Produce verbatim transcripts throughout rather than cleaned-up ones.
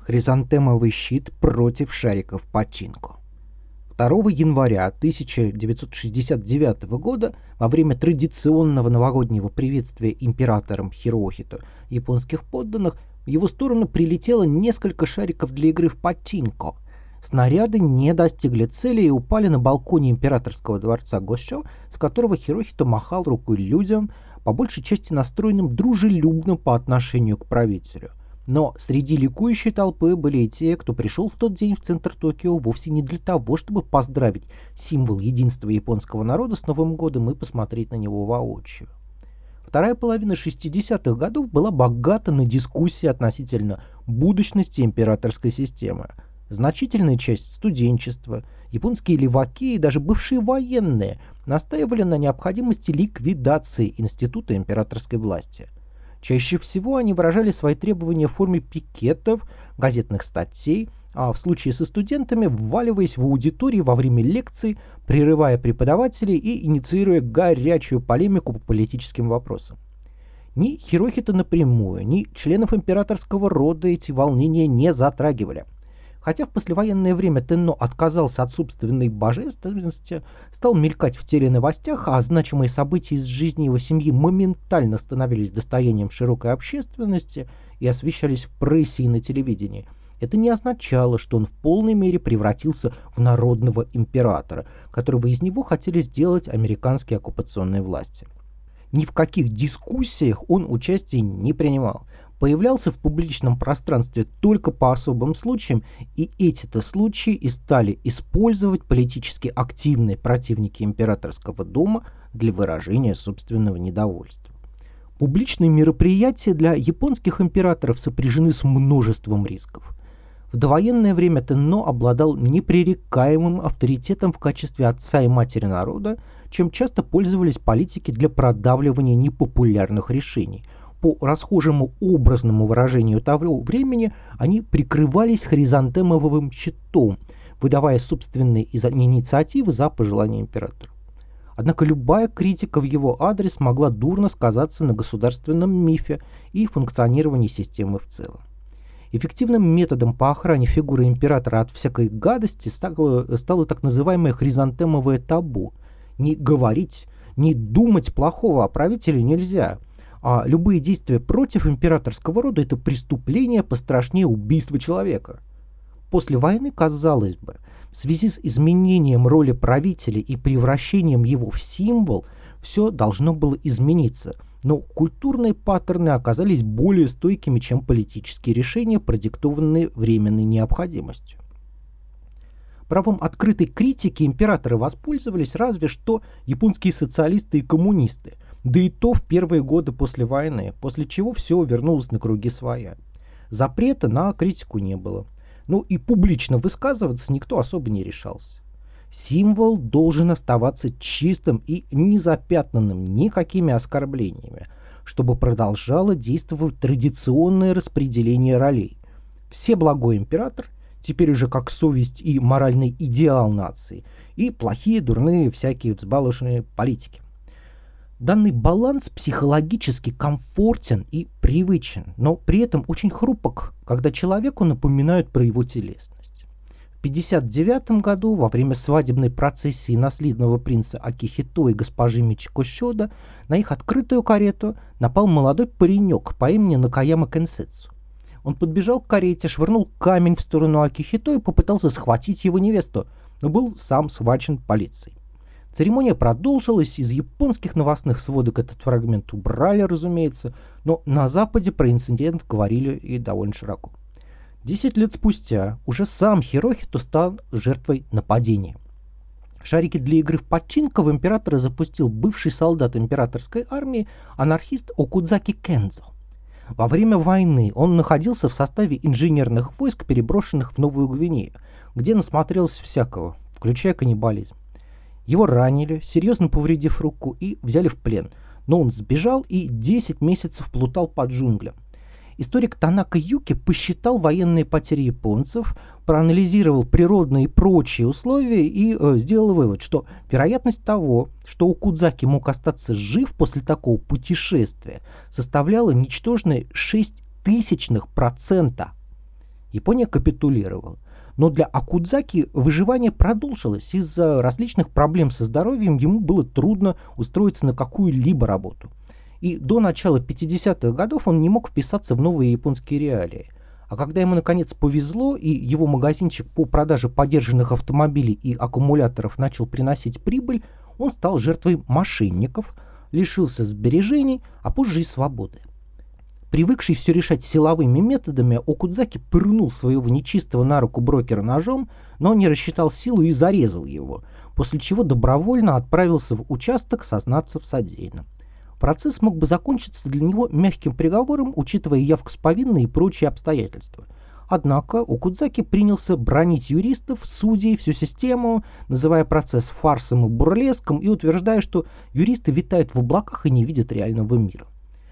Хризантемовый щит против шариков починку. второго января тысяча девятьсот шестьдесят девятого года во время традиционного новогоднего приветствия императором Хирохито японских подданных в его сторону прилетело несколько шариков для игры в починку. Снаряды не достигли цели и упали на балконе императорского дворца Гошо, с которого Хирохито махал рукой людям, по большей части настроенным дружелюбно по отношению к правителю. Но среди ликующей толпы были и те, кто пришел в тот день в центр Токио вовсе не для того, чтобы поздравить символ единства японского народа с Новым годом и посмотреть на него воочию. Вторая половина шестидесятых годов была богата на дискуссии относительно будущности императорской системы. Значительная часть студенчества, японские леваки и даже бывшие военные настаивали на необходимости ликвидации института императорской власти. Чаще всего они выражали свои требования в форме пикетов, газетных статей, а в случае со студентами вваливаясь в аудитории во время лекций, прерывая преподавателей и инициируя горячую полемику по политическим вопросам. Ни Хирохито напрямую, ни членов императорского рода эти волнения не затрагивали. Хотя в послевоенное время Тенно отказался от собственной божественности, стал мелькать в теленовостях, а значимые события из жизни его семьи моментально становились достоянием широкой общественности и освещались в прессе и на телевидении. Это не означало, что он в полной мере превратился в народного императора, которого из него хотели сделать американские оккупационные власти. Ни в каких дискуссиях он участия не принимал. Появлялся в публичном пространстве только по особым случаям, и эти-то случаи и стали использовать политически активные противники императорского дома для выражения собственного недовольства. Публичные мероприятия для японских императоров сопряжены с множеством рисков. В довоенное время Тенно обладал непререкаемым авторитетом в качестве отца и матери народа, чем часто пользовались политики для продавливания непопулярных решений. По расхожему образному выражению того времени они прикрывались хризантемовым щитом, выдавая собственные инициативы за пожелания императора. Однако любая критика в его адрес могла дурно сказаться на государственном мифе и функционировании системы в целом. Эффективным методом по охране фигуры императора от всякой гадости стало, стало так называемое хризантемовое табу. Не говорить, не думать плохого о правителе нельзя, а любые действия против императорского рода – это преступление пострашнее убийства человека. После войны, казалось бы, в связи с изменением роли правителя и превращением его в символ, все должно было измениться, но культурные паттерны оказались более стойкими, чем политические решения, продиктованные временной необходимостью. Правом открытой критики императоры воспользовались разве что японские социалисты и коммунисты, да и то в первые годы после войны, после чего все вернулось на круги своя. Запрета на критику не было. Ну и публично высказываться никто особо не решался. Символ должен оставаться чистым и незапятнанным никакими оскорблениями, чтобы продолжало действовать традиционное распределение ролей. Всеблагой император, теперь уже как совесть и моральный идеал нации, и плохие, дурные, всякие взбалошенные политики. Данный баланс психологически комфортен и привычен, но при этом очень хрупок, когда человеку напоминают про его телесность. В пятьдесят девятом году во время свадебной процессии наследного принца Акихито и госпожи Мичико Сёда на их открытую карету напал молодой паренек по имени Накаяма Кэнсэцу. Он подбежал к карете, швырнул камень в сторону Акихито и попытался схватить его невесту, но был сам схвачен полицией. Церемония продолжилась, из японских новостных сводок этот фрагмент убрали, разумеется, но на Западе про инцидент говорили и довольно широко. Десять лет спустя уже сам Хирохито стал жертвой нападения. Шарики для игры в починку в императора запустил бывший солдат императорской армии, анархист Окудзаки Кензо. Во время войны он находился в составе инженерных войск, переброшенных в Новую Гвинею, где насмотрелся всякого, включая каннибализм. Его ранили, серьезно повредив руку, и взяли в плен, но он сбежал и десять месяцев плутал по джунглям. Историк Танака Юки посчитал военные потери японцев, проанализировал природные и прочие условия и э, сделал вывод, что вероятность того, что Окудзаки мог остаться жив после такого путешествия, составляла ничтожные шесть тысячных процента. Япония капитулировала. Но для Окудзаки выживание продолжилось. Из-за различных проблем со здоровьем ему было трудно устроиться на какую-либо работу. И до начала пятидесятых годов он не мог вписаться в новые японские реалии. А когда ему наконец повезло, и его магазинчик по продаже подержанных автомобилей и аккумуляторов начал приносить прибыль, он стал жертвой мошенников, лишился сбережений, а позже и свободы. Привыкший все решать силовыми методами, Окудзаки пырнул своего нечистого на руку брокера ножом, но не рассчитал силу и зарезал его, после чего добровольно отправился в участок сознаться в содеянном. Процесс мог бы закончиться для него мягким приговором, учитывая явку с повинной и прочие обстоятельства. Однако Окудзаки принялся бранить юристов, судей, всю систему, называя процесс фарсом и бурлеском и утверждая, что юристы витают в облаках и не видят реального мира.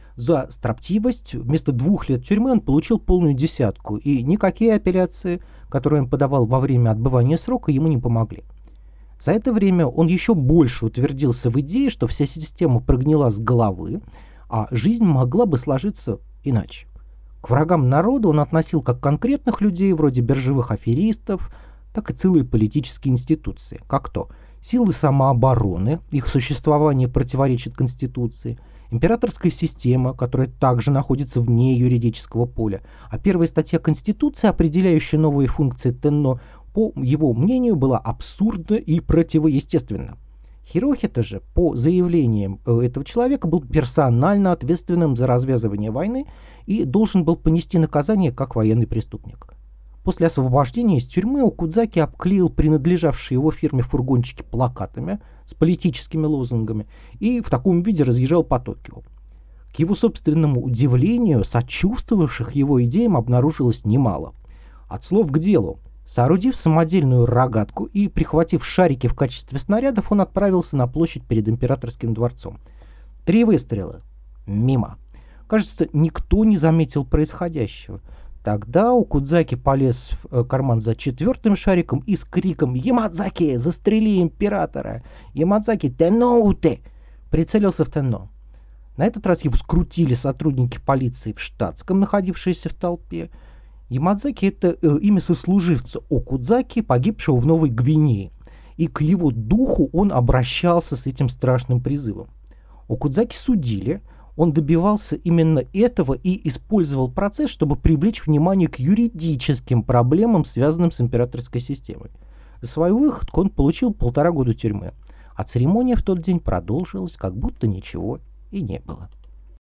За строптивость вместо двух лет тюрьмы он получил полную десятку, и никакие апелляции, которые он подавал во время отбывания срока, ему не помогли. За это время он еще больше утвердился в идее, что вся система прогнила с головы, а жизнь могла бы сложиться иначе. К врагам народа он относил как конкретных людей, вроде биржевых аферистов, так и целые политические институции, как то силы самообороны, их существование противоречит Конституции, императорская система, которая также находится вне юридического поля, а первая статья Конституции, определяющая новые функции Тенно, по его мнению, была абсурдна и противоестественна. Хирохита же, по заявлениям этого человека, был персонально ответственным за развязывание войны и должен был понести наказание как военный преступник. После освобождения из тюрьмы Окудзаки обклеил принадлежавшие его фирме фургончики плакатами с политическими лозунгами и в таком виде разъезжал по Токио. К его собственному удивлению, сочувствовавших его идеям обнаружилось немало. От слов к делу. Соорудив самодельную рогатку и прихватив шарики в качестве снарядов, он отправился на площадь перед императорским дворцом. Три выстрела. Мимо. Кажется, никто не заметил происходящего. Тогда Окудзаки полез в карман за четвертым шариком и с криком «Ямадзаки, застрели императора! Ямадзаки, Тенноуте!» прицелился в Тенно. На этот раз его скрутили сотрудники полиции в штатском, находившиеся в толпе. Ямадзаки — это э, имя сослуживца Окудзаки, погибшего в Новой Гвинее, и к его духу он обращался с этим страшным призывом. Окудзаки судили, он добивался именно этого и использовал процесс, чтобы привлечь внимание к юридическим проблемам, связанным с императорской системой. За свою выходку он получил полтора года тюрьмы, а церемония в тот день продолжилась, как будто ничего и не было.